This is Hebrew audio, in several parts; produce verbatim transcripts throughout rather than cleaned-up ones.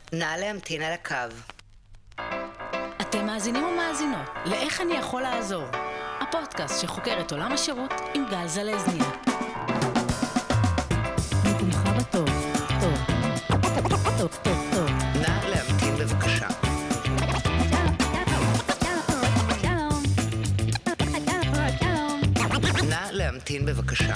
נא להמתין על הקו. אתם מאזינים ומאזינות לאיך אני יכול לעזור, הפודקאסט שחוקר את עולם השירות עם גל זלזניה. נתמך בטוב, טוב, טוב, טוב, טוב. נא להמתין בבקשה. נא להמתין בבקשה.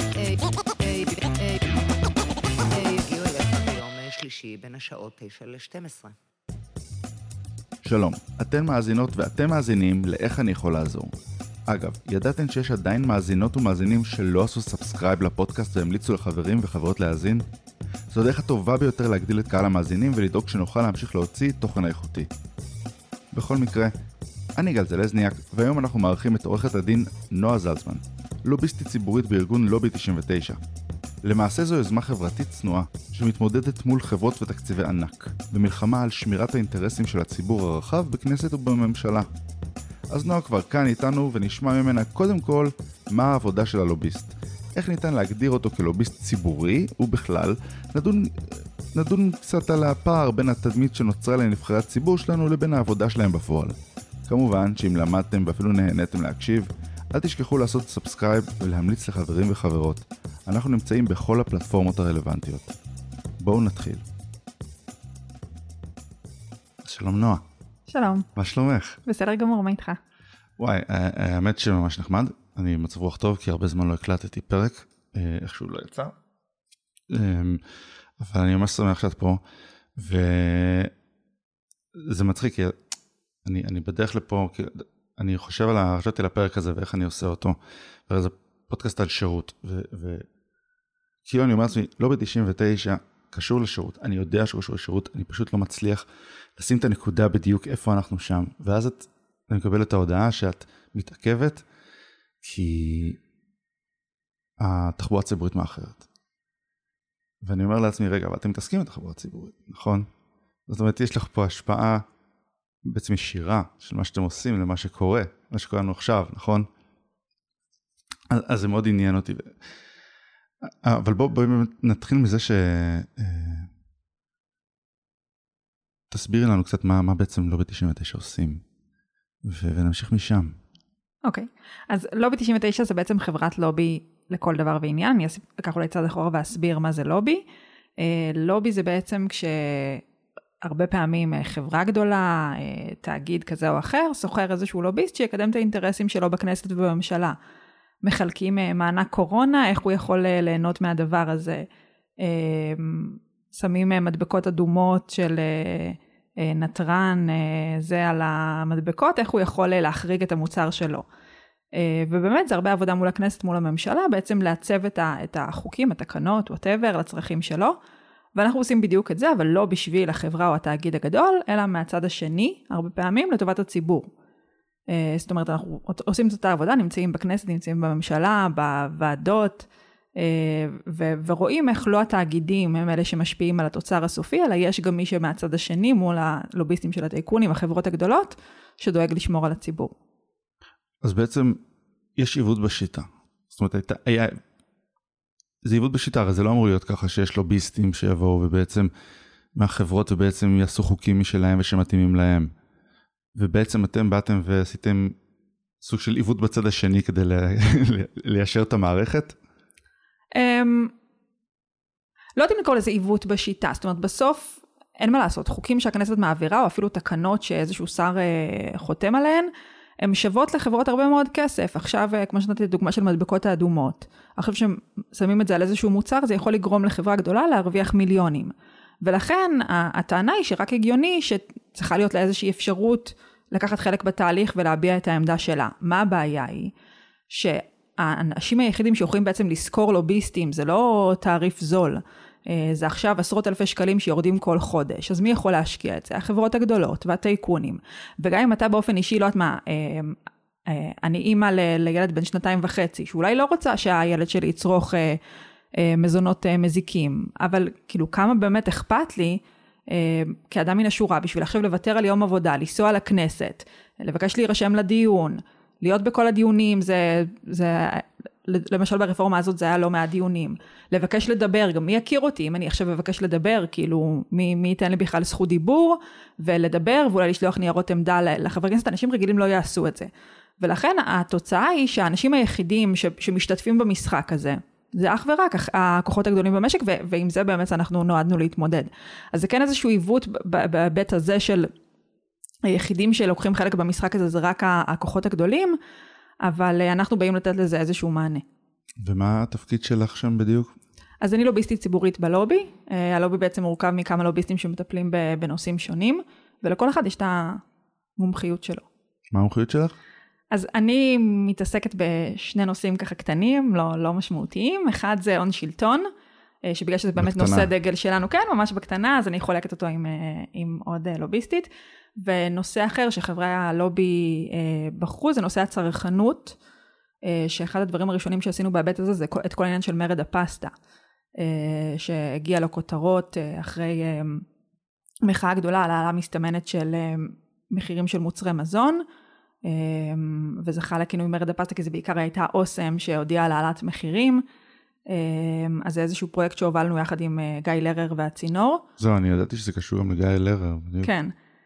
הגיעו אליך ביום שלישי בין השעות תשע ל-שתים עשרה. שלום, אתן מאזינות ואתם מאזינים לאיך אני יכול לעזור. אגב, ידעתם שיש עדיין מאזינות ומאזינים שלא עשו סאבסקרייב לפודקאסט והמליצו לחברים וחברות להאזין? זו הדרך הטובה ביותר להגדיל את קהל המאזינים ולדאוג שנוכל להמשיך להוציא תוכן איכותי. בכל מקרה, אני גל זלזניאק, והיום אנחנו מארחים את עורכת הדין נועה זלצמן, לוביסטית ציבורית בארגון לובי תשעים ותשע. למעשה זו יוזמה חברתית צנועה, שמתמודדת מול חברות ותקציבי ענק, במלחמה על שמירת האינטרסים של הציבור הרחב בכנסת ובממשלה. אז נועה כבר כאן איתנו ונשמע ממנה קודם כל מה העבודה של הלוביסט. איך ניתן להגדיר אותו כלוביסט ציבורי, ובכלל, נדון, נדון קצת על הפער בין התדמית שנוצרה לנבחרי הציבור שלנו לבין העבודה שלהם בפועל. כמובן שאם למדתם ואפילו נהניתם להקשיב, אל תשכחו לעשות סאבסקרייב ולהמליץ לחברים וחברות. אנחנו נמצאים בכל הפלטפורמות הרלוונטיות. בואו נתחיל. שלום נועה. שלום. מה שלומך? בסדר גמור, מה איתך? וואי, האמת שממש נחמד. אני מצב רוח טוב כי הרבה זמן לא הקלטתי פרק, איכשהו לא יצא. אבל אני ממש שמח שאת פה, וזה מצחיק, כי אני, אני בדרך לפה, כי אני חושב על הרשתי לפרק הזה ואיך אני עושה אותו, וזה פודקאסט על שירות, וכאילו אני אומר לעצמי, לא ב-תשעים ותשע קשור לשירות, אני יודע שהוא קשור לשירות, אני פשוט לא מצליח לשים את הנקודה בדיוק איפה אנחנו שם, ואז את, אני מקבל את ההודעה שאת מתעכבת, כי התחבורה הציבורית מאחרת. ואני אומר לעצמי, רגע, אבל אתם מתעסקים עם התחבורה הציבורית, נכון? זאת אומרת, יש לך פה השפעה בעצם ישירה של מה שאתם עושים למה שקורה, מה שקורה לנו עכשיו, נכון? אז, אז זה מאוד עניין אותי. אבל בואו בוא נתחיל מזה ש... תסבירי לנו קצת מה, מה בעצם לובי תשעים ותשע עושים, ו... ונמשיך משם. אוקיי, אז לובי תשעים ותשע זה בעצם חברת לובי לכל דבר ועניין, אני אקח אולי צד אחורה ואסביר מה זה לובי. לובי זה בעצם כשהרבה פעמים חברה גדולה, תאגיד כזה או אחר, סוחר איזשהו לוביסט שיקדם את האינטרסים שלו בכנסת ובממשלה. מחלקים מענק קורונה, איך הוא יכול ליהנות מהדבר הזה. שמים מדבקות אדומות של נטרן, זה על המדבקות, איך הוא יכול להחריג את המוצר שלו. ובאמת זה הרבה עבודה מול הכנסת, מול הממשלה, בעצם לעצב את החוקים, התקנות, whatever, לצרכים שלו. ואנחנו עושים בדיוק את זה, אבל לא בשביל החברה או התאגיד הגדול, אלא מהצד השני, הרבה פעמים לטובת הציבור. זאת אומרת, אנחנו עושים את אותה עבודה, נמצאים בכנסת, נמצאים בממשלה, בוועדות, ו- ורואים איך לא התאגידים הם אלה שמשפיעים על התוצר הסופי, אלא יש גם מי שמהצד השני, מול הלוביסטים של הטייקונים, החברות הגדולות, שדואג לשמור על הציבור. אז בעצם יש עיוות בשיטה. זאת אומרת, היה... זה עיוות בשיטה, הרי זה לא אמור להיות ככה שיש לוביסטים שיבואו ובעצם מהחברות ובעצם יעשו חוקים משלהם ושמתאימים להם. ובעצם אתם באתם ועשיתם סוג של עיוות בצד השני כדי ליישר את המערכת? לא יודעים לקרוא לזה עיוות בשיטה, זאת אומרת בסוף אין מה לעשות, חוקים שהכנסת מעבירה או אפילו תקנות שאיזשהו שר חותם עליהן, הן שוות לחברות הרבה מאוד כסף. עכשיו, כמו שנתתי דוגמה של מדבקות האדומות, עכשיו ששמים את זה על איזשהו מוצר, זה יכול לגרום לחברה גדולה להרוויח מיליונים. ולכן הטענה היא שרק הגיוני שצריכה להיות לה איזושהי אפשרות לקחת חלק בתהליך ולהביע את העמדה שלה. מה הבעיה היא? שהאנשים היחידים שיכולים בעצם לזכור לוביסטים, זה לא תעריף זול, זה עכשיו עשרות אלפי שקלים שיורדים כל חודש, אז מי יכול להשקיע את זה? החברות הגדולות והטייקונים. וגם אם אתה באופן אישי, לא יודעת מה, אני אימא לילד בן שנתיים וחצי, שאולי לא רוצה שהילד שלי יצרוך מזונות מזיקים, אבל כאילו כמה באמת אכפת לי, כאדם מן השורה, בשביל עכשיו לוותר על יום עבודה, לנסוע לכנסת, לבקש להירשם לדיון, להיות בכל הדיונים, זה, זה למשל ברפורמה הזאת זה היה לא מהדיונים, לבקש לדבר, גם מי יכיר אותי, אם אני עכשיו מבקש לדבר, כאילו מי, מי ייתן לי בכלל זכות דיבור, ולדבר, ואולי לשלוח ניירות עמדה לחברי כנסת, אנשים רגילים לא יעשו את זה. ולכן התוצאה היא שהאנשים היחידים ש, שמשתתפים במשחק הזה, זה אך ורק הכוחות הגדולים במשק, ו, ועם זה באמת אנחנו נועדנו להתמודד. אז זה כן איזשהו עיוות בבית הזה של היחידים שלוקחים חלק במשחק הזה, זה רק הכוחות הגדולים, אבל אנחנו באים לתת לזה איזשהו מענה. ומה התפקיד שלך שם בדיוק? אז אני לוביסטית ציבורית בלובי, הלובי בעצם מורכב מכמה לוביסטים שמטפלים בנושאים שונים, ולכל אחד יש את המומחיות שלו. מה המומחיות שלך? אז אני מתעסקת בשני נושאים ככה קטנים, לא, לא משמעותיים. אחד זה הון שלטון, שבגלל שזה באמת בקטנה. נושא דגל שלנו, כן, ממש בקטנה, אז אני חולקת אותו עם, עם עוד לוביסטית. ונושא אחר שחברי הלובי בחרו, זה נושא הצרכנות, שאחד הדברים הראשונים שעשינו בהיבט הזה, זה את כל העניין של מרד הפסטה, שהגיע לכותרות אחרי מחאה גדולה, על העלה מסתמנת של מחירים של מוצרי מזון, וזכה לכינוי מרד הפסטה, כי זה בעיקר הייתה אוסם שהודיעה על העלאת מחירים, אז זה איזשהו פרויקט שהובלנו יחד עם גיא לרר והצינור. זהו, אני ידעתי שזה קשור גם לגיא לרר. כן.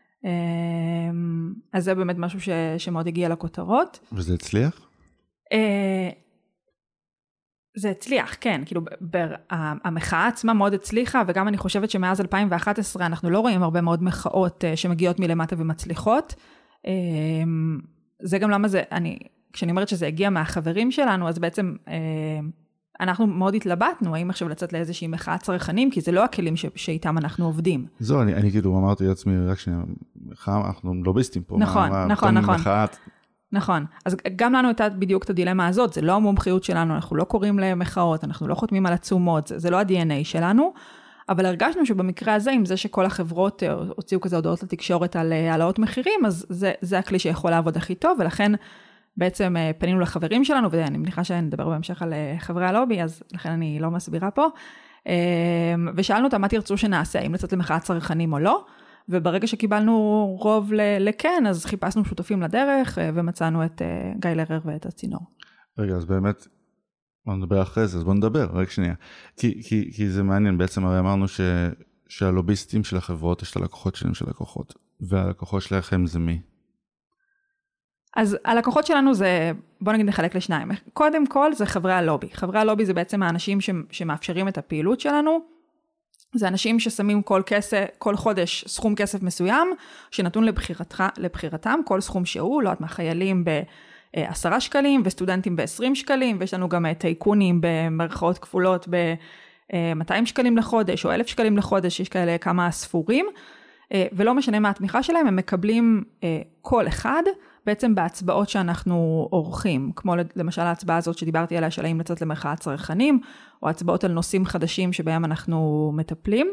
אז זה באמת משהו ש, שמאוד הגיע לכותרות. וזה הצליח? זה הצליח, כן. כאילו, בר, המחאה עצמה מאוד הצליחה, וגם אני חושבת שמאז אלפיים ואחת עשרה אנחנו לא רואים הרבה מאוד מחאות שמגיעות מלמטה ומצליחות. זה גם למה זה, אני, כשאני אומרת שזה הגיע מהחברים שלנו, אז בעצם אנחנו מאוד התלבטנו, האם עכשיו לצאת לאיזושהי מחאת צרכנים, כי זה לא הכלים ש, שאיתם אנחנו עובדים. זו, אני, אני כאילו אמרתי לעצמי, רק שנייה, אנחנו לוביסטים פה. נכון, מה, נכון, מה, נכון. מחאת... נכון. אז גם לנו הייתה בדיוק את הדילמה הזאת, זה לא המומחיות שלנו, אנחנו לא קוראים למחאות, אנחנו לא חותמים על עצומות, זה, זה לא ה-די אן איי שלנו, אבל הרגשנו שבמקרה הזה, עם זה שכל החברות הוציאו כזה הודעות לתקשורת על העלאות מחירים, אז זה, זה הכלי שיכול לעבוד הכי טוב, ולכן בעצם פנינו לחברים שלנו, ואני מניחה שנדבר בהמשך על חברי הלובי, אז לכן אני לא מסבירה פה, ושאלנו אותם מה תרצו שנעשה, אם לצאת למחאת צרכנים או לא, וברגע שקיבלנו רוב לכן, אז חיפשנו שותפים לדרך, ומצאנו את גיא לרר ואת הצינור. רגע, אז באמת, בוא נדבר אחרי זה, אז בוא נדבר, רק שנייה. כי, כי, כי זה מעניין, בעצם הרי אמרנו ש, שהלוביסטים של החברות, יש את הלקוחות שלהם של לקוחות, והלקוחות שלכם זה מי? אז הלקוחות שלנו זה, בוא נגיד נחלק לשניים. קודם כל זה חברי הלובי. חברי הלובי זה בעצם האנשים שמאפשרים את הפעילות שלנו. זה אנשים ששמים כל כסף, כל חודש סכום כסף מסוים, שנתון לבחירתך, לבחירתם, כל סכום שהוא, לא יודעת מה, חיילים בעשרה שקלים, וסטודנטים בעשרים שקלים, ויש לנו גם טייקונים במרכאות כפולות ב-מאתיים שקלים לחודש, או אלף שקלים לחודש, יש כאלה כמה ספורים, ולא משנה מה התמיכה שלהם, הם מקבלים כל אחד, בעצם בהצבעות שאנחנו עורכים, כמו למשל ההצבעה הזאת שדיברתי עליה, של האם לצאת למחאת צרכנים, או הצבעות על נושאים חדשים שבהם אנחנו מטפלים,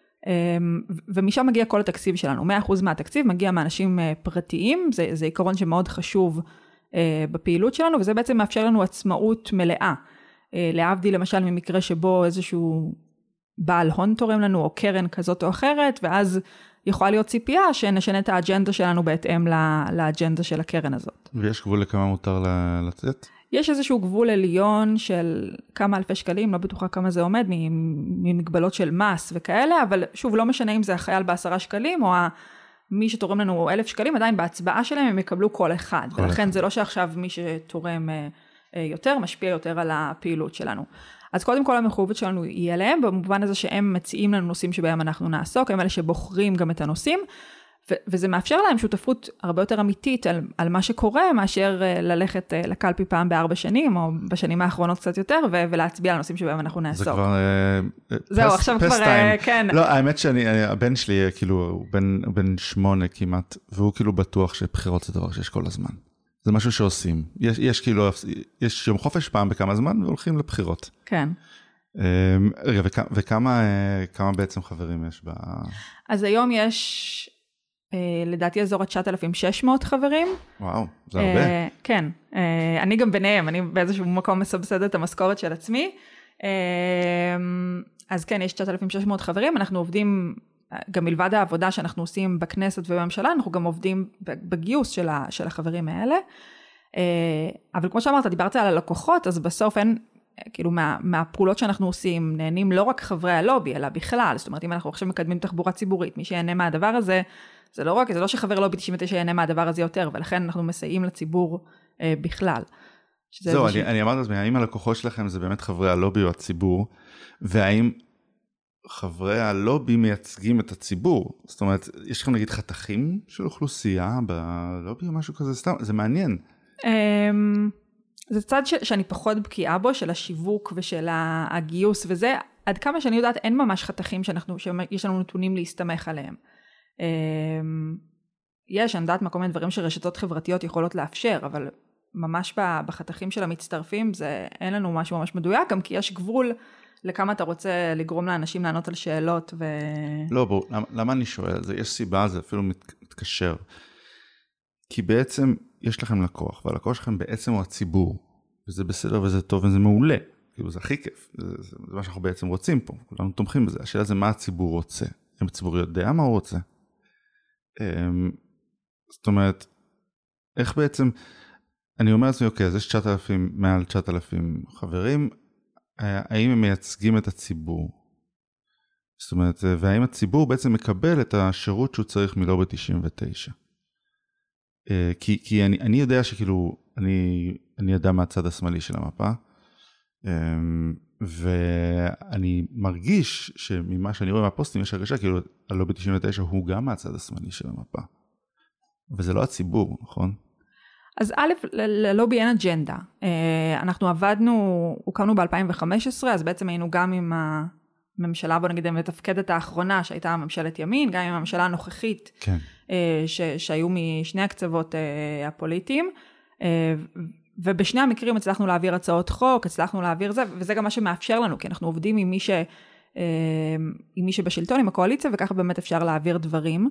ומשם מגיע כל התקציב שלנו, מאה אחוז מהתקציב מגיע מאנשים פרטיים, זה, זה עיקרון שמאוד חשוב בפעילות שלנו, וזה בעצם מאפשר לנו עצמאות מלאה, להבדיל למשל ממקרה שבו איזשהו בעל הון תורם לנו, או קרן כזאת או אחרת, ואז יכולה להיות ציפייה שנשנה את האג'נדה שלנו בהתאם לאג'נדה של הקרן הזאת. ויש גבול לכמה מותר לצאת? יש איזשהו גבול עליון של כמה אלפי שקלים, לא בטוחה כמה זה עומד, ממגבלות של מס וכאלה, אבל שוב, לא משנה אם זה החייל בעשרה שקלים, או מי שתורם לנו אלף שקלים, עדיין בהצבעה שלהם הם יקבלו כל אחד. כל ולכן אחד. זה לא שעכשיו מי שתורם יותר, משפיע יותר על הפעילות שלנו. אז קודם כל המחויבות שלנו היא עליהם, במובן הזה שהם מציעים לנו נושאים שבהם אנחנו נעסוק, הם אלה שבוחרים גם את הנושאים, ו- וזה מאפשר להם שותפות הרבה יותר אמיתית על, על מה שקורה, מאשר ללכת לקלפי פעם בארבע שנים, או בשנים האחרונות קצת יותר, ו- ולהצביע על נושאים שבהם אנחנו נעסוק. זה כבר... זהו, פס, עכשיו פס כבר, טיים. כן. לא, האמת שאני, הבן שלי, כאילו, הוא בן, בן שמונה כמעט, והוא כאילו בטוח שבחירות זה דבר שיש כל הזמן. זה משהו שעושים. יש, יש כאילו, יש יום חופש פעם בכמה זמן, והולכים לבחירות. כן. רגע, וכמה, וכמה כמה בעצם חברים יש ב... אז היום יש, לדעתי, אזור תשעת אלפים ושש מאות חברים. וואו, זה הרבה. כן. אני גם ביניהם, אני באיזשהו מקום מסבסדת את המשכורת של עצמי. אז כן, יש תשעת אלפים ושש מאות חברים, אנחנו עובדים... גם מלבד העבודה שאנחנו עושים בכנסת ובממשלה, אנחנו גם עובדים בגיוס של, ה, של החברים האלה. אבל כמו שאמרת, דיברת על הלקוחות, אז בסוף אין, כאילו מה, מהפעולות שאנחנו עושים, נהנים לא רק חברי הלובי, אלא בכלל. זאת אומרת, אם אנחנו עכשיו מקדמים תחבורה ציבורית, מי שיהנה מהדבר הזה, זה לא רק, זה לא שחבר לובי תשעים ותשע יהנה מהדבר הזה יותר, ולכן אנחנו מסייעים לציבור אה, בכלל. זהו, אני, אני אמרת לעצמי, האם הלקוחות שלכם זה באמת חברי הלובי או הציבור, והאם חברי הלובי מייצגים את הציבור? זאת אומרת, יש לכם נגיד חתכים של אוכלוסייה בלובי או משהו כזה? סתם, זה מעניין. זה צד ש, שאני פחות בקיאה בו, של השיווק ושל הגיוס וזה, עד כמה שאני יודעת, אין ממש חתכים שאנחנו, שיש לנו נתונים להסתמך עליהם. יש, אני יודעת מה כל מיני דברים שרשתות חברתיות יכולות לאפשר, אבל ממש בחתכים של המצטרפים, זה, אין לנו משהו ממש מדויק, גם כי יש גבול לכמה אתה רוצה לגרום לאנשים לענות על שאלות ו... לא, בואו, למה, למה אני שואל? זה, יש סיבה, זה אפילו מת, מתקשר. כי בעצם יש לכם לקוח, והלקוח שלכם בעצם הוא הציבור, וזה בסדר וזה טוב וזה מעולה, כאילו זה הכי כיף, זה, זה, זה מה שאנחנו בעצם רוצים פה, כולנו תומכים בזה. השאלה זה מה הציבור רוצה, אם הציבור יודע מה הוא רוצה. זאת אומרת, איך בעצם, אני אומר לעצמי, אוקיי, אז יש תשעת אלפים, מעל תשעת אלפים חברים, האם הם מייצגים את הציבור? זאת אומרת, והאם הציבור בעצם מקבל את השירות שהוא צריך מלובי תשעים ותשע? כי, כי אני, אני יודע שכאילו, אני, אני יודע מהצד השמאלי של המפה, ואני מרגיש שממה שאני רואה מהפוסטים, יש הרגשה כאילו, הלובי תשעים ותשע הוא גם מהצד השמאלי של המפה. וזה לא הציבור, נכון? אז א', ללובי אין אג'נדה. אנחנו עבדנו, הוקמנו ב-אלפיים וחמש עשרה, אז בעצם היינו גם עם הממשלה, בוא נגיד, המתפקדת האחרונה, שהייתה ממשלת ימין, גם עם הממשלה הנוכחית, כן. ש, שהיו משני הקצוות הפוליטיים, ובשני המקרים הצלחנו להעביר הצעות חוק, הצלחנו להעביר זה, וזה גם מה שמאפשר לנו, כי אנחנו עובדים עם מי, ש, עם מי שבשלטון, עם הקואליציה, וככה באמת אפשר להעביר דברים.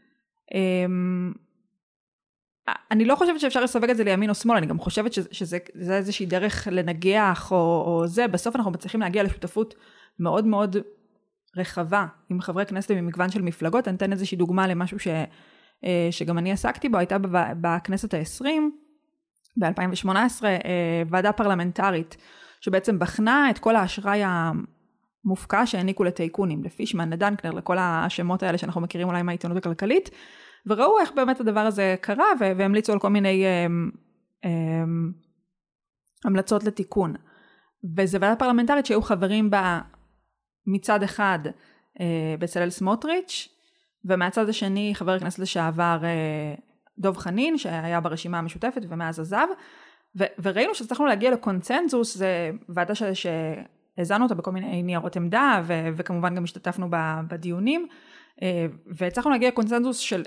אני לא חושבת שאפשר לסווג את זה לימין או שמאל, אני גם חושבת שזה זה איזושהי דרך לנגח או, או זה, בסוף אנחנו מצליחים להגיע לשותפות מאוד מאוד רחבה, עם חברי כנסת ממגוון של מפלגות. אני אתן איזושהי דוגמה למשהו ש, שגם אני עסקתי בו, הייתה בכנסת ה-עשרים, ב-אלפיים שמונה עשרה, ועדה פרלמנטרית, שבעצם בחנה את כל האשראי המופקע שהעניקו לטייקונים, לפישמן, לדנקנר, לכל השמות האלה שאנחנו מכירים אולי מהעיתונות הכלכלית, וראו איך באמת הדבר הזה קרה, והמליצו על כל מיני אמ, אמ, המלצות לתיקון. וזו ועדה פרלמנטרית שהיו חברים בה מצד אחד אה, בצלאל סמוטריץ', ומהצד השני חבר הכנסת לשעבר אה, דוב חנין, שהיה ברשימה המשותפת ומאז עזב, ו- וראינו שצריכנו להגיע לקונצנזוס, זה ועדה ש- שהזנו אותה בכל מיני ניירות עמדה, ו- וכמובן גם השתתפנו בדיונים, אה, והצלחנו להגיע לקונצנזוס של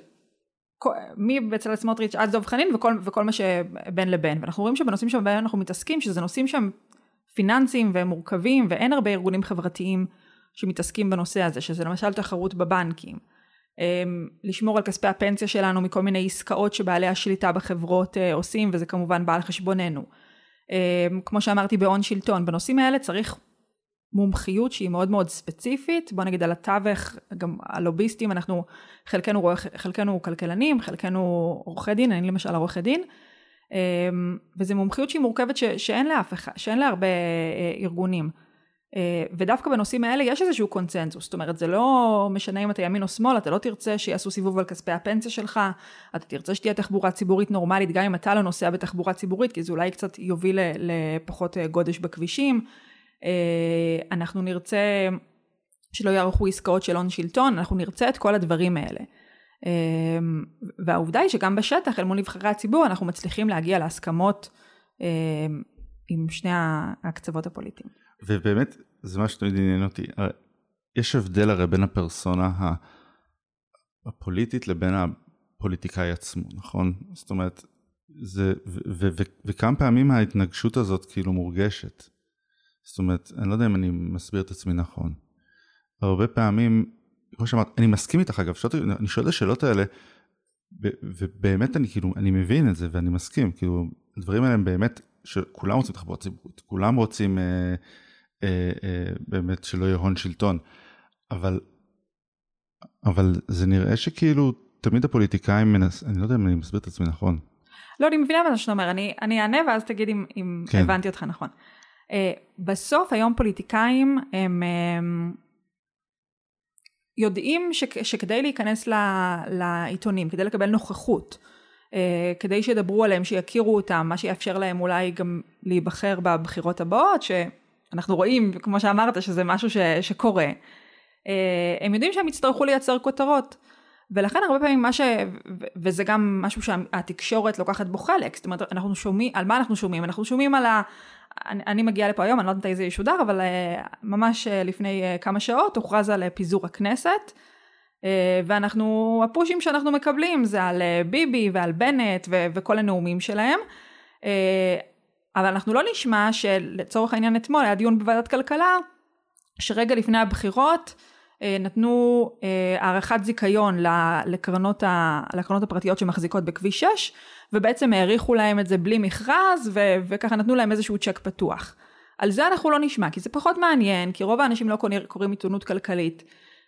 מבצלאל סמוטריץ' עד דוב חנין וכל, וכל מה שבין לבין. ואנחנו רואים שבנושאים שבהם אנחנו מתעסקים, שזה נושאים שהם פיננסיים ומורכבים, ואין הרבה ארגונים חברתיים שמתעסקים בנושא הזה, שזה למשל תחרות בבנקים. לשמור על כספי הפנסיה שלנו מכל מיני עסקאות שבעלי השליטה בחברות עושים, וזה כמובן בא על חשבוננו. כמו שאמרתי בהון שלטון, בנושאים האלה צריך מומחיות שהיא מאוד מאוד ספציפית, בוא נגיד על התווך, גם הלוביסטים, אנחנו חלקנו, רואה, חלקנו כלכלנים, חלקנו עורכי דין, אני למשל עורכי דין, וזו מומחיות שהיא מורכבת ש, שאין לאף אחד, שאין לה הרבה ארגונים, ודווקא בנושאים האלה יש איזשהו קונצנזוס, זאת אומרת זה לא משנה אם אתה ימין או שמאל, אתה לא תרצה שיעשו סיבוב על כספי הפנסיה שלך, אתה תרצה שתהיה תחבורה ציבורית נורמלית, גם אם אתה לא נוסע בתחבורה ציבורית, כי זה אולי קצת יוביל לפחות גודש בכבישים, אנחנו נרצה שלא יערכו עסקאות של הון שלטון, אנחנו נרצה את כל הדברים האלה. והעובדה היא שגם בשטח, אל מול נבחרי הציבור, אנחנו מצליחים להגיע להסכמות עם שני הקצוות הפוליטיים. ובאמת, זה מה שתמיד עניין אותי. יש הבדל הרי בין הפרסונה הפוליטית לבין הפוליטיקאי עצמו, נכון? זאת אומרת, זה, ו- ו- ו- וכמה פעמים ההתנגשות הזאת כאילו מורגשת. זאת אומרת, אני לא יודע אם אני מסביר את עצמי נכון. הרבה פעמים, כמו שאמרת, אני מסכים איתך אגב, אני שואל את השאלות האלה, ובאמת אני כאילו, אני מבין את זה ואני מסכים, כאילו, הדברים האלה הם באמת, שכולם רוצים תחבורה ציבורית, כולם רוצים אה, אה, אה, באמת שלא יהיה הון שלטון, אבל, אבל זה נראה שכאילו, תמיד הפוליטיקאים מנס, אני לא יודע אם אני מסביר את עצמי נכון. לא, אני מבינה מה שאתה אומר, אני, אני אענה ואז תגיד אם, אם כן. הבנתי אותך נכון. Uh, בסוף היום פוליטיקאים הם um, יודעים ש, שכדי להיכנס ל, לעיתונים, כדי לקבל נוכחות, uh, כדי שידברו עליהם, שיכירו אותם, מה שיאפשר להם אולי גם להיבחר בבחירות הבאות, שאנחנו רואים, כמו שאמרת, שזה משהו ש, שקורה, uh, הם יודעים שהם יצטרכו לייצר כותרות. ולכן הרבה פעמים מה ש... וזה גם משהו שהתקשורת לוקחת בו חלק, זאת אומרת, אנחנו שומעים, על מה אנחנו שומעים? אנחנו שומעים על ה... אני, אני מגיעה לפה היום, אני לא יודעת איזה ישודר, אבל ממש לפני כמה שעות הוכרז על פיזור הכנסת, ואנחנו, הפושים שאנחנו מקבלים זה על ביבי ועל בנט ו... וכל הנאומים שלהם, אבל אנחנו לא נשמע שלצורך העניין אתמול היה דיון בוועדת כלכלה, שרגע לפני הבחירות, נתנו הערכת זיכיון לקרנות, ה, לקרנות הפרטיות שמחזיקות בכביש שש, ובעצם העריכו להם את זה בלי מכרז, ו, וככה נתנו להם איזשהו צ'ק פתוח. על זה אנחנו לא נשמע, כי זה פחות מעניין, כי רוב האנשים לא קוראים עיתונות כלכלית,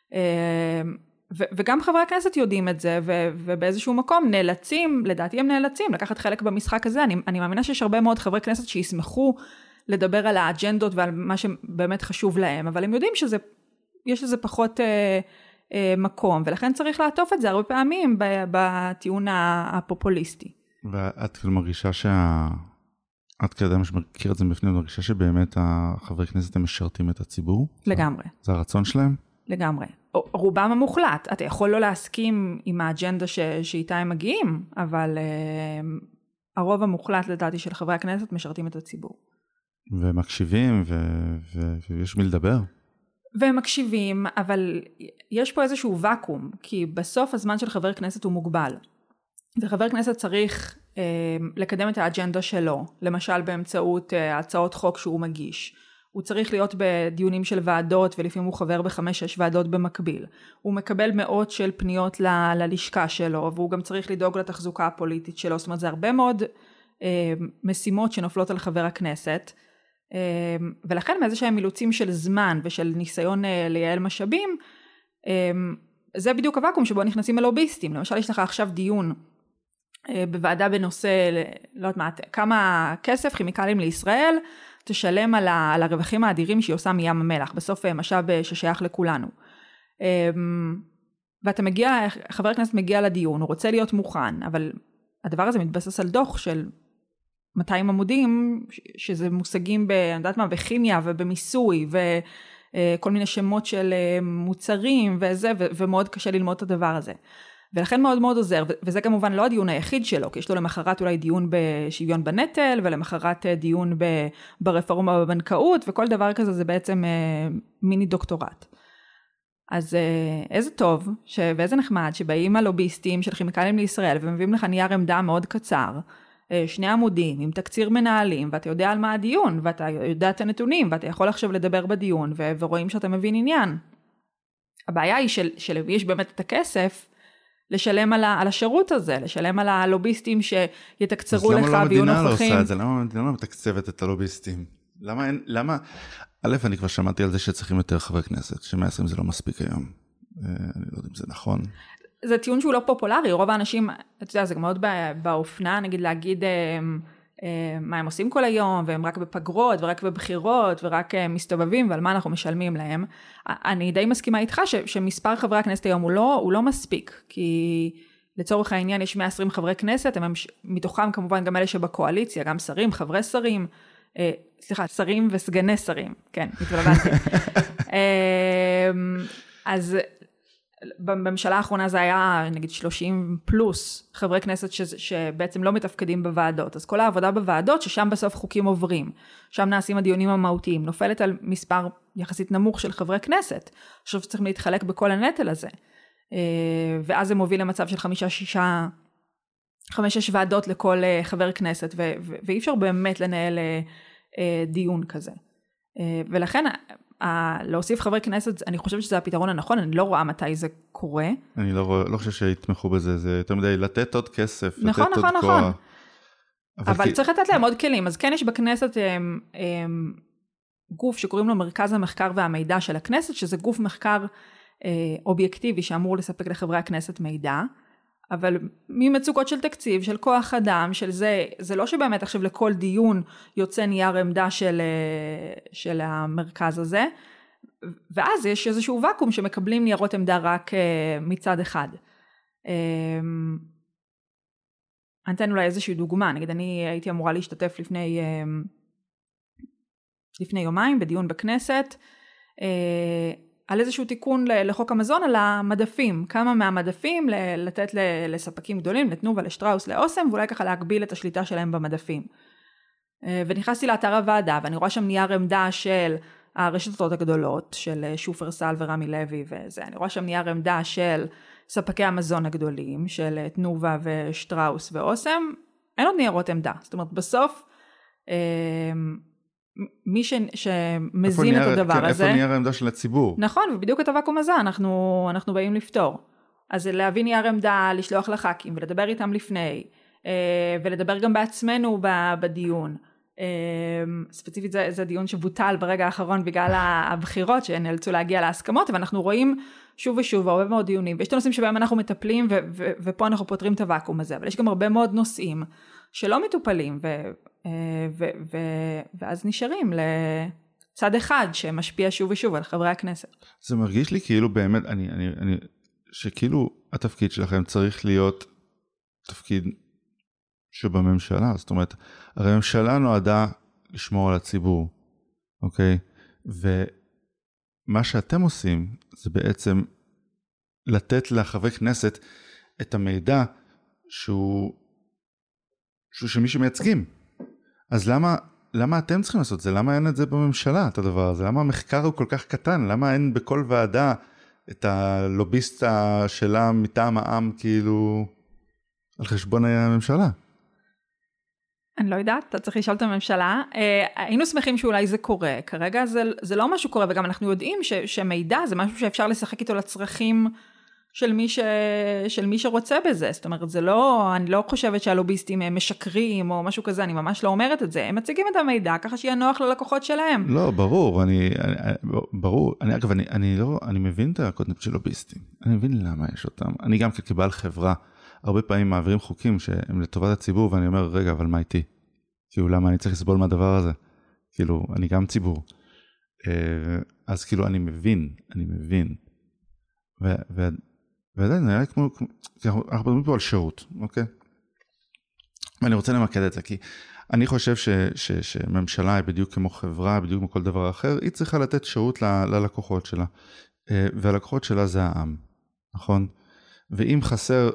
ו, וגם חברי הכנסת יודעים את זה, ו, ובאיזשהו מקום נאלצים, לדעתי הם נאלצים, לקחת חלק במשחק הזה. אני, אני מאמינה שיש הרבה מאוד חברי כנסת שישמחו לדבר על האג'נדות ועל מה שבאמת חשוב להם, אבל הם יודעים שזה יש לזה פחות אה, אה, מקום, ולכן צריך לעטוף את זה הרבה פעמים בטיעון הפופוליסטי. ואת כאילו מרגישה שה... את כאדם שמכיר את זה בפנים, מרגישה שבאמת החברי כנסת הם משרתים את הציבור? לגמרי. זה הרצון שלהם? לגמרי. רובם המוחלט. אתה יכול לא להסכים עם האג'נדה ש... שאיתה הם מגיעים, אבל אה, הרוב המוחלט לדעתי של חברי הכנסת משרתים את הציבור. ומקשיבים, ו... ו... ויש מי לדבר? והם מקשיבים, אבל יש פה איזשהו וקום, כי בסוף הזמן של חבר כנסת הוא מוגבל. וחבר כנסת צריך אה, לקדם את האג'נדה שלו, למשל באמצעות אה, הצעות חוק שהוא מגיש. הוא צריך להיות בדיונים של ועדות, ולפעמים הוא חבר בחמש, שש ועדות במקביל. הוא מקבל מאות של פניות ל, ללשכה שלו, והוא גם צריך לדאוג לתחזוקה הפוליטית שלו. זאת אומרת, זה הרבה מאוד אה, משימות שנופלות על חבר הכנסת, ולכן מאיזה שהם אילוצים של זמן ושל ניסיון לייעל משאבים, זה בדיוק הוואקום שבו נכנסים הלוביסטים. למשל יש לך עכשיו דיון בוועדה בנושא, לא יודעת מה, כמה כסף כימיקלים לישראל תשלם על, ה, על הרווחים האדירים שהיא עושה מים המלח, בסוף משאב ששייך לכולנו. ואתה מגיע, חבר הכנסת מגיע לדיון, הוא רוצה להיות מוכן, אבל הדבר הזה מתבסס על דוח של מאתיים עמודים, שזה מושגים ב, אני יודעת מה, בכימיה ובמיסוי, וכל מיני שמות של מוצרים וזה, ו, ומאוד קשה ללמוד את הדבר הזה. ולכן מאוד מאוד עוזר, וזה כמובן לא הדיון היחיד שלו, כי יש לו למחרת אולי דיון בשוויון בנטל, ולמחרת דיון ברפורמה בבנקאות, וכל דבר כזה זה בעצם מיני דוקטורט. אז איזה טוב, ש... ואיזה נחמד, שבאים הלוביסטים של כימיקלים לישראל, ומביאים לך נייר עמדה מאוד קצר, שני עמודים, עם תקציר מנהלים, ואתה יודע על מה הדיון, ואתה יודע את הנתונים, ואתה יכול עכשיו לדבר בדיון, ו... ורואים שאתה מבין עניין. הבעיה היא של... שלמי יש באמת את הכסף, לשלם על, ה... על השירות הזה, לשלם על הלוביסטים שיתקצרו לך, ויהיו נוכחים. אז למה לא המדינה לא עושה את זה? למה המדינה לא מתקצבת את הלוביסטים? למה אין... למה... א', אני כבר שמעתי על זה שצריכים יותר חברי כנסת, ש-מאה ועשרים זה לא מספיק היום. אני לא יודע אם זה נכון. זה טיעון שהוא לא פופולרי, רוב האנשים, אתה יודע, זה גם מאוד באופנה, נגיד להגיד מה הם עושים כל היום, והם רק בפגרות, ורק בבחירות, ורק מסתובבים, ועל מה אנחנו משלמים להם. אני די מסכימה איתך ש- שמספר חברי הכנסת היום הוא לא, הוא לא מספיק, כי לצורך העניין יש מאה ועשרים חברי כנסת, הם מתוכם כמובן גם אלה שבקואליציה, גם שרים, חברי שרים, סליחה, שרים וסגני שרים, כן, התבלבלתי. אז בממשלה האחרונה זה היה נגיד שלושים פלוס חברי כנסת ש, שבעצם לא מתפקדים בוועדות, אז כל העבודה בוועדות ששם בסוף חוקים עוברים, שם נעשים הדיונים המהותיים, נופלת על מספר יחסית נמוך של חברי כנסת, עכשיו צריך להתחלק בכל הנטל הזה, ואז זה מוביל למצב של חמישה, שישה, חמש, שש ועדות לכל חבר כנסת, ו- ו- ואי אפשר באמת לנהל דיון כזה. ולכן, להוסיף חברי כנסת, אני חושבת שזה הפתרון הנכון, אני לא רואה מתי זה קורה. אני לא, לא חושב שיתמכו בזה, זה יותר מדי לתת עוד כסף, נכון, לתת נכון, עוד נכון. כוח. אבל, אבל כי... צריך לתת להם עוד כלים, אז כן יש בכנסת הם, הם, גוף שקוראים לו מרכז המחקר והמידע של הכנסת, שזה גוף מחקר אה, אובייקטיבי שאמור לספק לחברי הכנסת מידע, אבל ממצוקות של תקציב, של כוח אדם, של זה, זה לא שבאמת עכשיו לכל דיון יוצא נייר עמדה של, של המרכז הזה, ואז יש איזשהו וקום שמקבלים ניירות עמדה רק מצד אחד. אני אתן אולי איזושהי דוגמה, נגיד אני הייתי אמורה להשתתף לפני, לפני יומיים בדיון בכנסת, על איזשהו תיקון לחוק המזון, על המדפים, כמה מהמדפים לתת לספקים גדולים, לתנובה, לשטראוס, לאוסם, ואולי ככה להגביל את השליטה שלהם במדפים. ונכנסתי לאתר הוועדה, ואני רואה שם נייר עמדה של הרשתות הגדולות, של שופרסל ורמי לוי וזה, אני רואה שם נייר עמדה של ספקי המזון הגדולים, של תנובה ושטראוס ואוסם, אין עוד ניירות עמדה, זאת אומרת בסוף, מי ש, שמזין נייר, את הדבר כן, הזה. איפה נייר העמדה של הציבור? נכון, ובדיוק את הוואקום הזה אנחנו, אנחנו באים לפתור. אז להביא נייר עמדה, לשלוח לח"כים ולדבר איתם לפני, ולדבר גם בעצמנו בדיון. ספציפית זה, זה דיון שבוטל ברגע האחרון בגלל הבחירות שנאלצו להגיע להסכמות, ואנחנו רואים שוב ושוב הרבה מאוד דיונים, ויש את הנושאים שבהם אנחנו מטפלים, ו- ו- ופה אנחנו פותרים את הוואקום הזה, אבל יש גם הרבה מאוד נושאים שלא מטופלים, ו- ו- ו- ואז נשארים לצד אחד שמשפיע שוב ושוב על חברי הכנסת. זה מרגיש לי כאילו באמת, אני, אני, אני, שכאילו התפקיד שלכם צריך להיות תפקיד שבממשלה, זאת אומרת, הרי הממשלה נועדה לשמור על הציבור, אוקיי? ומה שאתם עושים זה בעצם לתת לחברי כנסת את המידע שהוא, שהוא שמי שמייצגים. אז למה, למה אתם צריכים לעשות זה? למה אין את זה בממשלה, את הדבר הזה? למה המחקר הוא כל כך קטן? למה אין בכל ועדה את הלוביסטה שלה מטעם העם כאילו על חשבון הממשלה? אני לא יודעת, אתה צריך לשאול את הממשלה. היינו שמחים שאולי זה קורה. כרגע זה, זה לא משהו קורה, וגם אנחנו יודעים ש, שמידע זה משהו שאפשר לשחק איתו לצרכים של מי, ש, של מי שרוצה בזה. זאת אומרת, זה לא, אני לא חושבת שהלוביסטים משקרים או משהו כזה, אני ממש לא אומרת את זה. הם מציגים את המידע ככה שיהיה נוח ללקוחות שלהם. לא, ברור. אני, אני, ברור. אני, אגב, אני, אני לא, אני מבין את הקונספט של לוביסטים. אני מבין למה יש אותם. אני גם כבעל חברה, הרבה פעמים מעבירים חוקים שהם לטובת הציבור, ואני אומר, רגע, אבל מה איתי? כאילו, למה אני צריך לסבול מהדבר הזה? כאילו, אני גם ציבור. אז כאילו, אני מבין, אני מבין. ועדיין, זה היה כמו, אנחנו מדברים פה על שירות, אוקיי? ואני רוצה למקד את זה, כי אני חושב שממשלה היא בדיוק כמו חברה, בדיוק כמו כל דבר אחר, היא צריכה לתת שירות ללקוחות שלה. והלקוחות שלה זה העם, נכון? ואם חסר,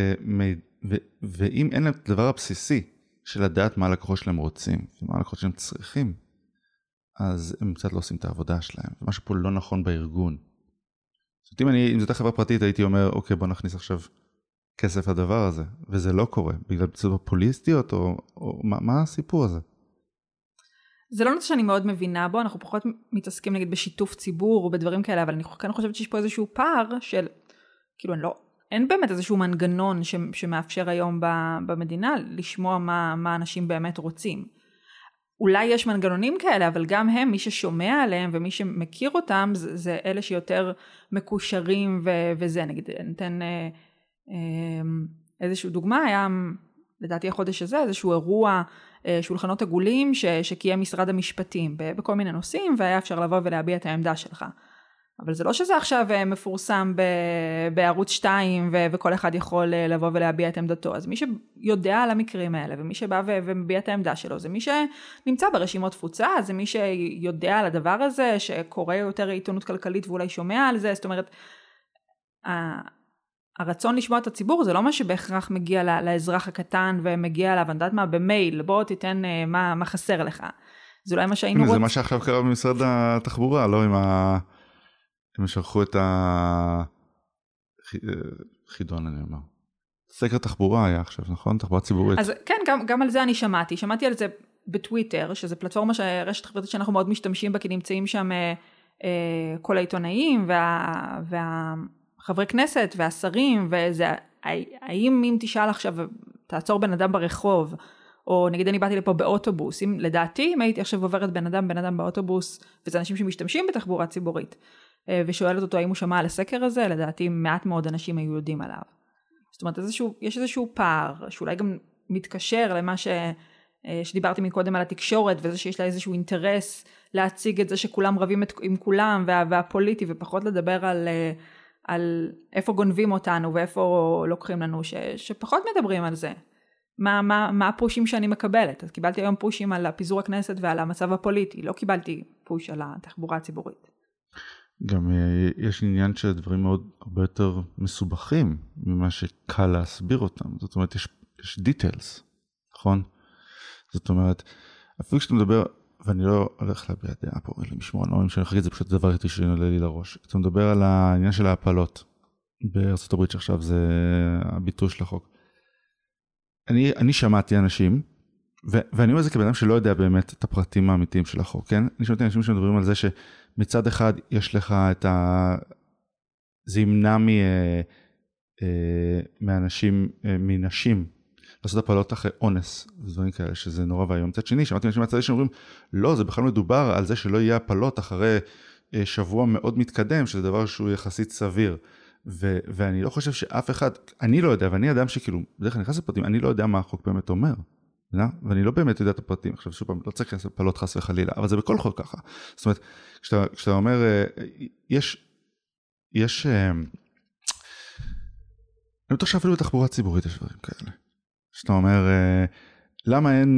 ואם אין להם את הדבר הבסיסי, של לדעת מה הלקוחות שלהם רוצים, ומה הלקוחות שלהם צריכים, אז הם קצת לא עושים את העבודה שלהם, ומשהו פה לא נכון בארגון. זאת אומרת, אם, אם זאת החברה פרטית, הייתי אומר, אוקיי, בוא נכניס עכשיו כסף לדבר הזה, וזה לא קורה, בגלל בצורה פוליסטיות, או, או מה, מה הסיפור הזה? זה לא נושא שאני מאוד מבינה בו, אנחנו פחות מתעסקים נגיד בשיתוף ציבור, או בדברים כאלה, אבל אני כאן חושבת שיש פה איזשהו פער של, כאילו, אני לא... אין באמת איזשהו מנגנון ש, שמאפשר היום במדינה לשמוע מה, מה אנשים באמת רוצים. אולי יש מנגנונים כאלה, אבל גם הם, מי ששומע עליהם ומי שמכיר אותם, זה, זה אלה שיותר מקושרים ו, וזה. נגיד, ניתן אה, אה, איזשהו דוגמה, היה לדעתי החודש הזה, איזשהו אירוע אה, שולחנות עגולים ש, שקיים משרד המשפטים בכל מיני נושאים, והיה אפשר לבוא ולהביע את העמדה שלך. אבל זה לא שזה עכשיו מפורסם בערוץ שתיים וכל אחד יכול לבוא ולהביע את עמדתו. אז מי שיודע על המקרים האלה ומי שבא ומביע את העמדה שלו, זה מי שנמצא ברשימות תפוצה, זה מי שיודע על הדבר הזה, שקורא יותר עיתונות כלכלית ואולי שומע על זה. זאת אומרת, הרצון לשמוע את הציבור זה לא מה שבהכרח מגיע לאזרח הקטן ומגיע אליו, אני יודעת מה, במייל, בוא תיתן מה, מה חסר לך. זה אולי מה שהיינו רוצים. זה מה שעכשיו קרה במשרד התחבורה, לא עם ה... הם שרחו את החידון, אני אומר. סקר תחבורה היה עכשיו, נכון? תחבורה ציבורית. אז כן, גם, גם על זה אני שמעתי. שמעתי על זה בטוויטר, שזה פלטפורמה, רשת חברתית שאנחנו מאוד משתמשים בה, כי נמצאים שם אה, אה, כל העיתונאים, וה, והחברי כנסת, והשרים, וזה, האם אם תשאל עכשיו, תעצור בן אדם ברחוב, או נגיד אני באתי לפה באוטובוס, אם, לדעתי, אם הייתי עכשיו עוברת בן אדם, בן אדם באוטובוס, וזה אנשים שמשתמשים בתחבורה ציבורית, ושואלת אותו האם הוא שמע על הסקר הזה, לדעתי מעט מאוד אנשים היו יודעים עליו. זאת אומרת, איזשהו, יש איזשהו פער, שאולי גם מתקשר למה ש, שדיברתי מקודם על התקשורת, וזה שיש לה איזשהו אינטרס להציג את זה שכולם רבים את, עם כולם, וה, והפוליטי, ופחות לדבר על, על איפה גונבים אותנו, ואיפה לוקחים לנו, ש, שפחות מדברים על זה. מה, מה, מה הפושים שאני מקבלת? אז קיבלתי היום פושים על פיזור הכנסת ועל המצב הפוליטי, לא קיבלתי פוש על התחבורה הציבורית. גם יש עניין שהדברים מאוד הרבה יותר מסובכים ממה שקל להסביר אותם. זאת אומרת, יש, יש details, נכון? זאת אומרת, אפילו כשאתה מדבר, ואני לא הולך להביע דעה פה, אין לי משמוע, לא שאני חושב את זה פשוט דבר איתי שעולה לי לראש. אתה מדבר על העניין של ההפלות בארצות הברית שעכשיו זה הביטוי של החוק. אני, אני שמעתי אנשים, ו, ואני אומר זה כבן אדם שלא יודע באמת את הפרטים האמיתיים של החוק, כן? אני שמעתי אנשים שמדברים על זה שמצד אחד יש לך את ה... זה ימנע מ, אה, אה, מאנשים, אה, מנשים, לעשות הפלות אחרי אונס, ודברים כאלה, שזה נורא והיום. מצד שני, שמעתי אנשים מהצד שאומרים, לא, זה בכלל מדובר על זה שלא יהיה הפלות אחרי אה, שבוע מאוד מתקדם, שזה דבר שהוא יחסית סביר. ו- ואני לא חושב שאף אחד, אני לא יודע, ואני אדם שכאילו, בדרך כלל נכנס לפרטים, אני לא יודע מה החוק באמת אומר, לא? ואני לא באמת יודע את הפרטים, עכשיו שוב פעם, לא צריך להכנס לפלות חס וחלילה, אבל זה בכל חוק ככה. זאת אומרת, כשאתה, כשאתה אומר, יש, יש, אני בטוח שאפילו בתחבורה ציבורית יש דברים כאלה. שאתה אומר, למה אין,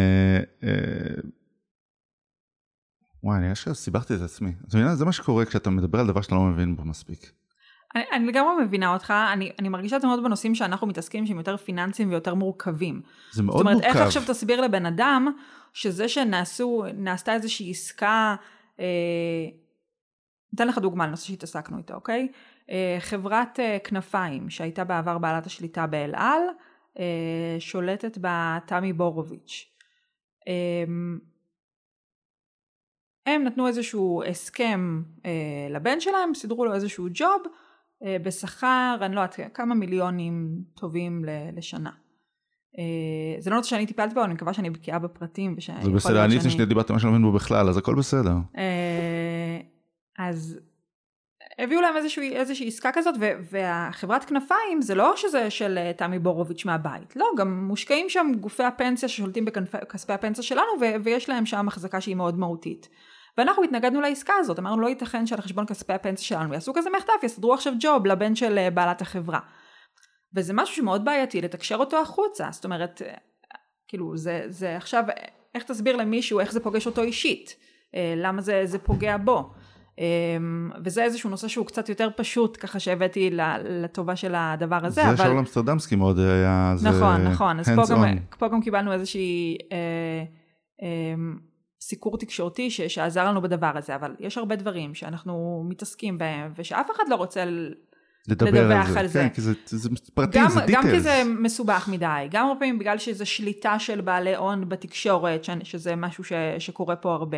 וואי, אני אשכרה סיבכתי את עצמי. זה מה שקורה כשאתה מדבר על דבר שאתה לא מבין בו מספיק. אני, אני לגמרי מבינה אותך, אני, אני מרגישה את זה מאוד בנושאים שאנחנו מתעסקים שהם יותר פיננסיים ויותר מורכבים. זה מאוד זאת אומרת, מורכב. איך עכשיו תסביר לבן אדם, שזה שנעשו, נעשתה איזושהי עסקה, אה, ניתן לך דוגמה לנושא שהתעסקנו איתו, אוקיי? אה, חברת אה, כנפיים, שהייתה בעבר בעלת השליטה באל על, אה, שולטת בתמי בורוביץ'. אה, הם נתנו איזשהו הסכם אה, לבן שלהם, סידרו לו איזשהו ג'וב, בשכר, אני לא יודעת, כמה מיליונים טובים לשנה. זה לא נושא שאני טיפלתי בו, אני מקווה שאני בקיאה בפרטים. זה בסדר, אני לפני שאני דיברתי מה שאני מבין בו בכלל, אז הכל בסדר. אז הביאו להם איזושהי עסקה כזאת, והחברת כנפיים זה לא שזה של תמי בורוביץ' מהבית, לא, גם מושקעים שם גופי הפנסיה ששולטים בכספי הפנסיה שלנו, ויש להם שם החזקה שהיא מאוד מהותית. ואנחנו התנגדנו לעסקה הזאת, אמרנו לא ייתכן שעל חשבון כספי הפנסיה שלנו, יעשו כזה מחטף, יסדרו עכשיו ג'וב לבן של בעלת החברה. וזה משהו שמאוד בעייתי, לתקשר אותו החוצה, זאת אומרת, כאילו, זה, זה עכשיו, איך תסביר למישהו, איך זה פוגש אותו אישית, למה זה, זה פוגע בו, וזה איזשהו נושא שהוא קצת יותר פשוט, ככה שהבאתי לטובה של הדבר הזה, זה אבל... שרול אמסטרדמסקי מאוד היה... נכון, נכון, אז פה גם, פה גם קיבלנו איזושהי... אה, אה, סיקור תקשורתי ש- שעזר לנו בדבר הזה, אבל יש הרבה דברים שאנחנו מתעסקים בהם, ושאף אחד לא רוצה לדווח על, על זה. כן, כי זה, זה פרטים, גם, זה דיטלס. גם כי זה מסובך מדי, גם הרבה פעמים בגלל שזה שליטה של בעלי הון בתקשורת, ש- שזה משהו ש- שקורה פה הרבה.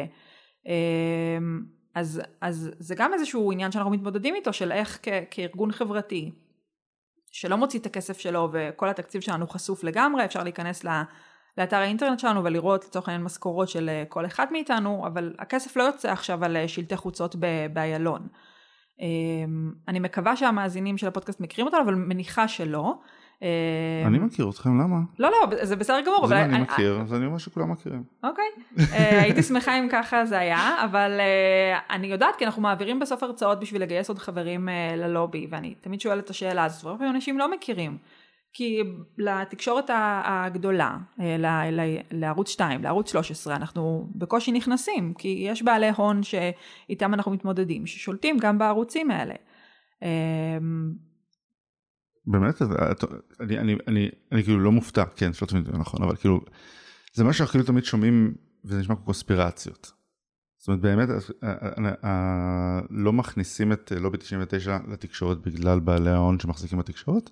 אז, אז זה גם איזשהו עניין שאנחנו מתמודדים איתו, של איך כ- כארגון חברתי, שלא מוציא את הכסף שלו, וכל התקציב שלנו חשוף לגמרי, אפשר להיכנס ל... לאתר האינטרנט שלנו ולראות לצורך העניין משכורות של כל אחד מאיתנו, אבל הכסף לא יוצא עכשיו על שלטי חוצות באיילון. אני מקווה שהמאזינים של הפודקאסט מכירים אותנו, אבל מניחה שלא. אני מכיר אתכם, למה? לא, לא, זה בסדר גמור. זה אני מכיר, אז אני אומר שכולם מכירים. אוקיי, הייתי שמחה אם ככה זה היה, אבל אני יודעת, כי אנחנו מעבירים בסוף הרצאות בשביל לגייס עוד חברים ללובי, ואני תמיד שואלת את השאלה הזאת, הרבה אנשים לא מכירים. כי לתקשורת הגדולה, לערוץ שתיים, לערוץ שלוש עשרה, אנחנו בקושי נכנסים, כי יש בעלי הון שאיתם אנחנו מתמודדים, ששולטים גם בערוצים האלה. באמת, אני, אני, אני, אני כאילו לא מופתע, כן, שלא תמיד נכון, אבל כאילו, זה מה שאנחנו כאילו תמיד שומעים, וזה נשמע כמו קונספירציות. זאת אומרת, באמת, לא מכניסים את לובי תשעים ותשע לתקשורת בגלל בעלי ההון שמחזיקים בתקשורת?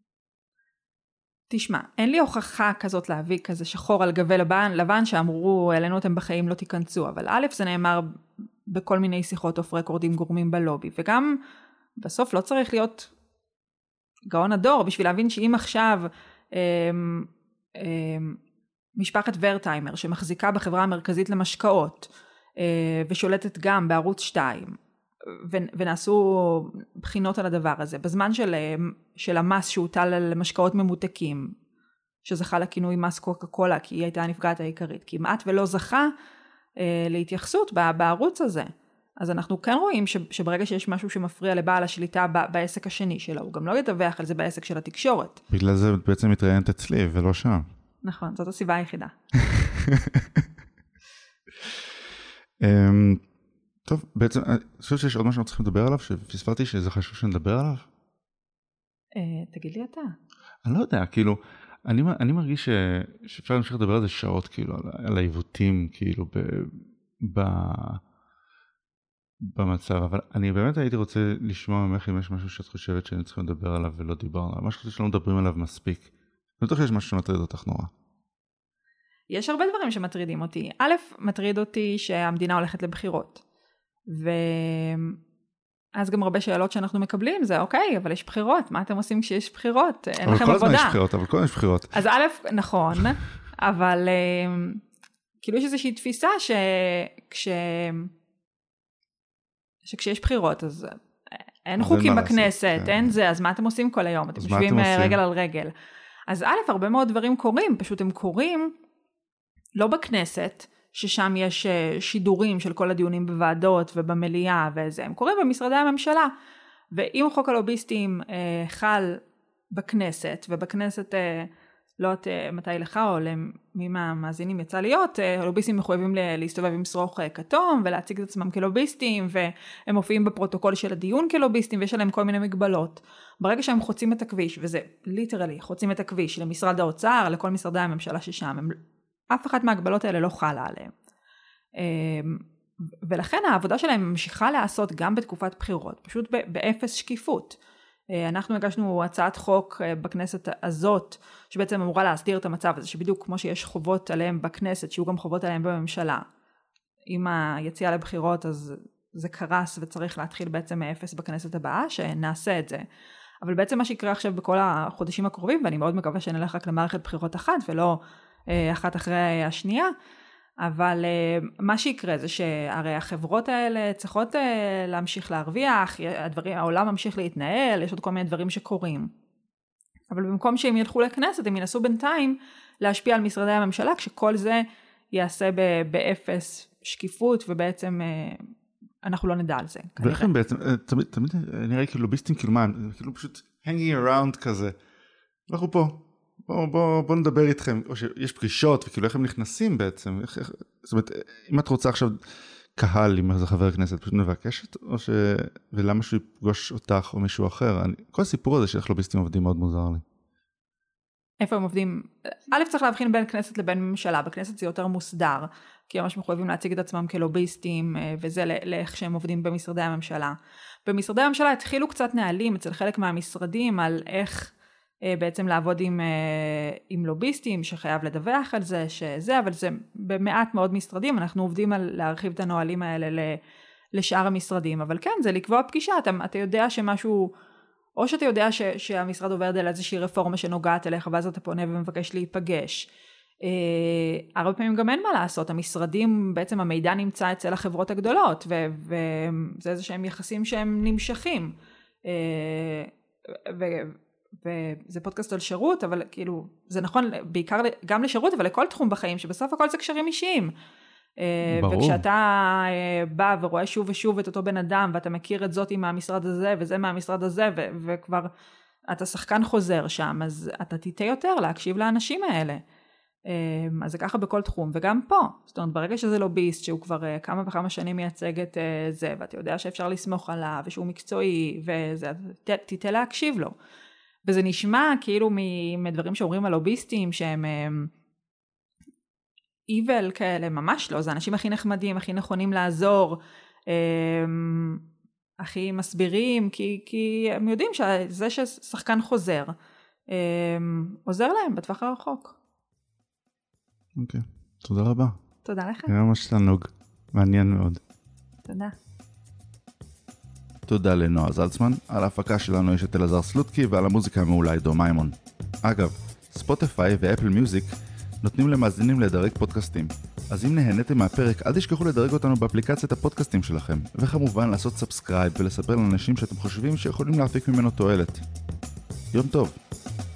תשמע, אין לי הוכחה כזאת להביא כזה שחור על גבי לבן, לבן שאמרו, אלינו אתם בחיים לא תיכנסו, אבל א', זה נאמר בכל מיני שיחות אוף רקורדים גורמים בלובי, וגם בסוף לא צריך להיות גאון הדור, בשביל להבין שאם עכשיו אה, אה, משפחת ורטיימר, שמחזיקה בחברה המרכזית למשקאות, אה, ושולטת גם בערוץ שתיים, ונעשו בחינות על הדבר הזה. בזמן של, של המס שהוטל על משקאות ממותקים, שזכה לכינוי מס קוקה קולה, כי היא הייתה הנפגעת העיקרית, כמעט ולא זכה אה, להתייחסות בערוץ הזה. אז אנחנו כן רואים ש, שברגע שיש משהו שמפריע לבעל השליטה ב, בעסק השני שלו, הוא גם לא ידווח על זה בעסק של התקשורת. בגלל זה בעצם מתראיינת אצלי ולא שם. נכון, זאת הסיבה היחידה. טוב, בעצם, אני חושב שיש עוד משהו שאנחנו צריכים לדבר עליו, שפספרתי שזה חשוב שנדבר עליו? תגיד לי אתה. אני לא יודע, כאילו, אני, אני מרגיש ש, שאפשר להמשיך לדבר על זה שעות, כאילו, על, על העיוותים, כאילו, ב, ב, במצב, אבל אני באמת הייתי רוצה לשמוע ממך אם יש משהו שאת חושבת שאני צריכים לדבר עליו ולא דיברנו עליו, משהו שלא מדברים עליו מספיק. אני בטוח שיש משהו שמטריד אותך נורא. יש הרבה דברים שמטרידים אותי. א', מטריד אותי שהמדינה הולכת לבחירות. ואז גם הרבה שאלות שאנחנו מקבלים, זה אוקיי, אבל יש בחירות, מה אתם עושים כשיש בחירות? אין לכם עבודה. אבל כל הזמן יש בחירות, אבל כל הזמן יש בחירות. אז א', נכון, אבל כאילו יש איזושהי תפיסה שכש... שכשיש בחירות, אז אין חוקים בכנסת, אין זה, אז מה אתם עושים כל היום? אתם יושבים רגל על רגל. אז א', הרבה מאוד דברים קורים, פשוט הם קורים לא בכנסת, ששם יש שידורים של כל הדיונים בוועדות ובמליאה וזה, הם קורים במשרדי הממשלה. ואם חוק הלוביסטים אה, חל בכנסת, ובכנסת, אה, לא יודעת אה, מתי לך או למי מהמאזינים יצא להיות, אה, הלוביסטים מחויבים להסתובב עם שרוך אה, כתום, ולהציג את עצמם כלוביסטים, והם מופיעים בפרוטוקול של הדיון כלוביסטים, ויש עליהם כל מיני מגבלות. ברגע שהם חוצים את הכביש, וזה ליטרלי, חוצים את הכביש למשרד האוצר, לכל משרדי הממשלה ששם, הם, אף אחת מהגבלות האלה לא חלה עליהם. ולכן העבודה שלהם ממשיכה לעשות גם בתקופת בחירות, פשוט באפס שקיפות. אנחנו הגשנו הצעת חוק בכנסת הזאת, שבעצם אמורה להסדיר את המצב הזה, שבדיוק כמו שיש חובות עליהם בכנסת, שיהיו גם חובות עליהם בממשלה. עם היציאה לבחירות, אז זה קרס וצריך להתחיל בעצם מאפס בכנסת הבאה, שנעשה את זה. אבל בעצם מה שיקרה עכשיו בכל החודשים הקרובים, ואני מאוד מקווה שנלך רק למערכת בחירות אחת, ולא אחת אחרי השנייה, אבל מה שיקרה זה שהרי החברות האלה צריכות להמשיך להרוויח, הדברים, העולם ממשיך להתנהל, יש עוד כל מיני דברים שקורים. אבל במקום שהם ילכו לכנסת, הם ינסו בינתיים להשפיע על משרדי הממשלה, כשכל זה יעשה באפס שקיפות, ובעצם אנחנו לא נדע על זה. ואיך הם בעצם, תמיד, תמיד נראה כאילו לוביסטים, כאילו מה, כאילו פשוט hanging around כזה. אנחנו פה. בוא, בוא, בוא נדבר איתכם, או שיש פגישות, וכאילו איך הם נכנסים בעצם, איך, איך, זאת אומרת, אם את רוצה עכשיו קהל, אם זה חבר הכנסת, פשוט מבקשת, או ש... ולמה שהוא יפגוש אותך או מישהו אחר, אני... כל הסיפור הזה שאיך לוביסטים עובדים מאוד מוזר לי. איפה הם עובדים? א', צריך להבחין בין כנסת לבין ממשלה, בכנסת זה יותר מוסדר, כי ממש מחויבים להציג את עצמם כלוביסטים, וזה לאיך שהם עובדים במשרדי הממשלה. במשרדי הממשלה התחילו קצת נהלים אצל חלק מהמשרדים על איך בעצם לעבוד עם, עם לוביסטים שחייב לדווח על זה, שזה, אבל זה במעט מאוד משרדים, אנחנו עובדים על להרחיב את הנהלים האלה לשאר המשרדים, אבל כן, זה לקבוע פגישה, אתה, אתה יודע שמשהו, או שאתה יודע ש, שהמשרד עובר על איזושהי רפורמה שנוגעת אליך, ואז אתה פונה ומבקש להיפגש. אה, הרבה פעמים גם אין מה לעשות, המשרדים, בעצם המידע נמצא אצל החברות הגדולות, ו, וזה איזה שהם יחסים שהם נמשכים. אה, ו... וזה פודקאסט על שירות, אבל כאילו, זה נכון בעיקר גם לשירות, אבל לכל תחום בחיים, שבסוף הכל זה קשרים אישיים. ברור. וכשאתה בא ורואה שוב ושוב את אותו בן אדם, ואתה מכיר את זאת מהמשרד הזה, וזה מהמשרד הזה, ו- וכבר אתה שחקן חוזר שם, אז אתה תיתה יותר להקשיב לאנשים האלה. אז זה ככה בכל תחום, וגם פה. זאת אומרת, ברגע שזה לוביסט, שהוא כבר כמה וכמה שנים מייצג את זה, ואתה יודע שאפשר לסמוך עליו, ושהוא מקצועי, וזה, תיתה להקשיב לו. וזה נשמע כאילו מדברים שאומרים על לוביסטים שהם evil כאלה, ממש לא, זה האנשים הכי נחמדים, הכי נכונים לעזור, הכי מסבירים, כי, כי הם יודעים שזה ששחקן חוזר, עוזר להם בטווח הרחוק. אוקיי, תודה רבה. תודה לך. היה ממש תענוג, מעניין מאוד. תודה. תודה לנועה זלצמן, על ההפקה שלנו יש את אלעזר סלוטקי ועל המוזיקה המעולה עידו מימון. אגב, ספוטיפיי ואפל מיוזיק נותנים למאזינים לדרג פודקאסטים. אז אם נהניתם מהפרק, אל תשכחו לדרג אותנו באפליקציית הפודקאסטים שלכם, וכמובן לעשות סאבסקרייב ולספר לאנשים שאתם חושבים שיכולים להפיק ממנו תועלת. יום טוב.